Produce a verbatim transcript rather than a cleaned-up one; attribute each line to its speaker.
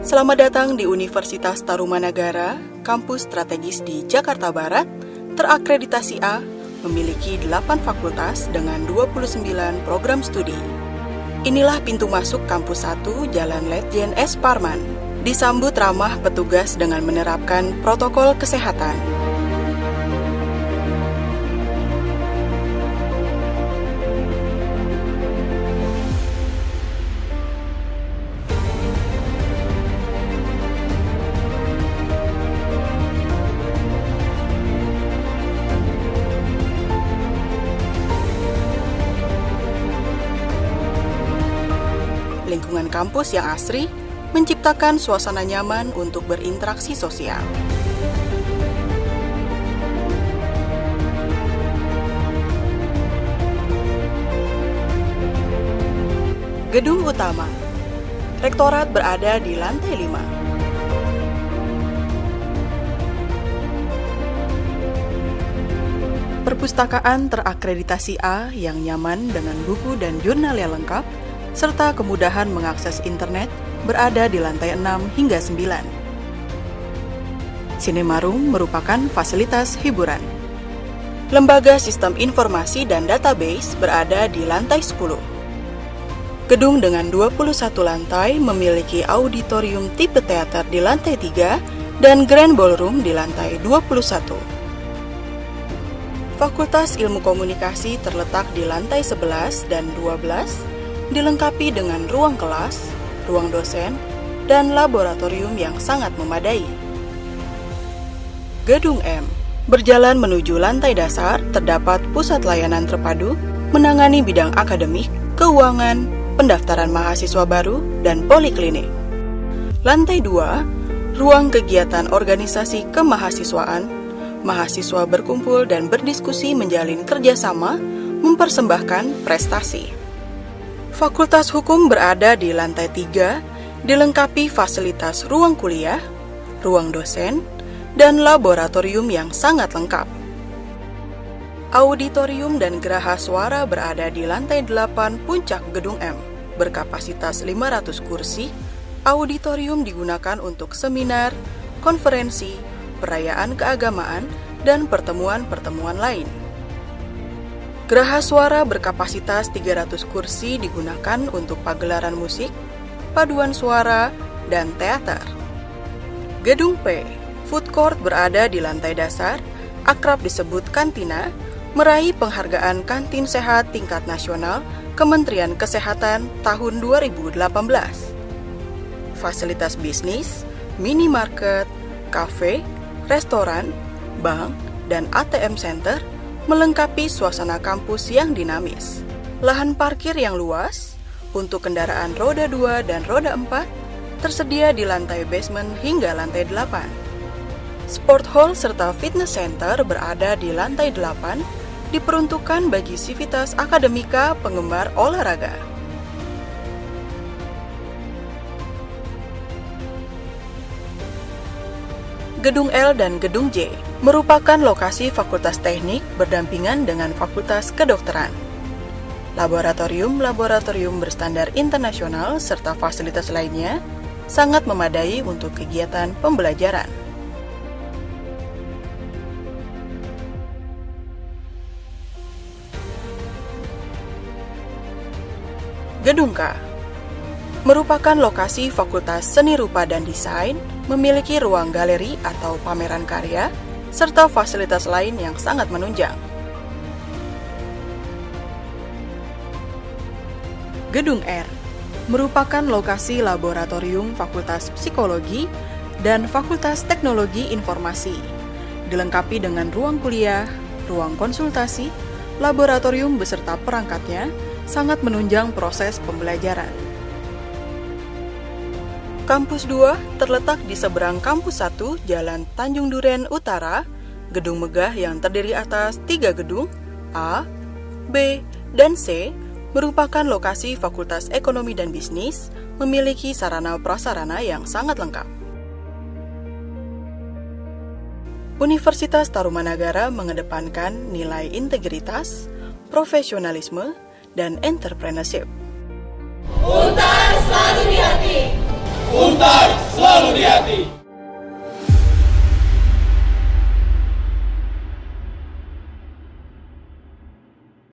Speaker 1: Selamat datang di Universitas Tarumanagara, kampus strategis di Jakarta Barat, terakreditasi A, memiliki delapan fakultas dengan dua puluh sembilan program studi. Inilah pintu masuk kampus satu Jalan Letjen S. Parman. Disambut ramah petugas dengan menerapkan protokol kesehatan. Lingkungan kampus yang asri menciptakan suasana nyaman untuk berinteraksi sosial. Gedung utama. Rektorat berada di lantai lima. Perpustakaan terakreditasi A yang nyaman dengan buku dan jurnal yang lengkap, serta kemudahan mengakses internet berada di lantai enam hingga sembilan. Sinemarum merupakan fasilitas hiburan. Lembaga Sistem Informasi dan Database berada di lantai sepuluh. Gedung dengan dua puluh satu lantai memiliki auditorium tipe teater di lantai tiga dan grand ballroom di lantai dua puluh satu. Fakultas Ilmu Komunikasi terletak di lantai sebelas dan dua belas, dilengkapi dengan ruang kelas, ruang dosen, dan laboratorium yang sangat memadai. Gedung M. Berjalan menuju lantai dasar, terdapat pusat layanan terpadu, menangani bidang akademik, keuangan, pendaftaran mahasiswa baru, dan poliklinik. Lantai dua, ruang kegiatan organisasi kemahasiswaan, mahasiswa berkumpul dan berdiskusi menjalin kerjasama, mempersembahkan prestasi. Fakultas Hukum berada di lantai tiga, dilengkapi fasilitas ruang kuliah, ruang dosen, dan laboratorium yang sangat lengkap. Auditorium dan geraha suara berada di lantai delapan puncak Gedung M, berkapasitas lima ratus kursi. Auditorium digunakan untuk seminar, konferensi, perayaan keagamaan, dan pertemuan-pertemuan lain. Geraha suara berkapasitas tiga ratus kursi digunakan untuk pagelaran musik, paduan suara, dan teater. Gedung P, food court berada di lantai dasar, akrab disebut kantina, meraih penghargaan kantin sehat tingkat nasional Kementerian Kesehatan tahun dua ribu delapan belas. Fasilitas bisnis, minimarket, kafe, restoran, bank, dan A T M center melengkapi suasana kampus yang dinamis. Lahan parkir yang luas untuk kendaraan roda dua dan roda empat tersedia di lantai basement hingga lantai delapan. Sport hall serta fitness center berada di lantai delapan, diperuntukkan bagi sivitas akademika penggemar olahraga. Gedung L dan Gedung J merupakan lokasi Fakultas Teknik berdampingan dengan Fakultas Kedokteran. Laboratorium-laboratorium berstandar internasional serta fasilitas lainnya sangat memadai untuk kegiatan pembelajaran. Gedung K merupakan lokasi Fakultas Seni Rupa dan Desain, memiliki ruang galeri atau pameran karya, serta fasilitas lain yang sangat menunjang. Gedung R merupakan lokasi laboratorium Fakultas Psikologi dan Fakultas Teknologi Informasi, dilengkapi dengan ruang kuliah, ruang konsultasi, laboratorium beserta perangkatnya, sangat menunjang proses pembelajaran. Kampus dua terletak di seberang Kampus satu Jalan Tanjung Duren Utara, gedung megah yang terdiri atas tiga gedung, A, B, dan C, merupakan lokasi Fakultas Ekonomi dan Bisnis, memiliki sarana prasarana yang sangat lengkap. Universitas Tarumanagara mengedepankan nilai integritas, profesionalisme, dan entrepreneurship.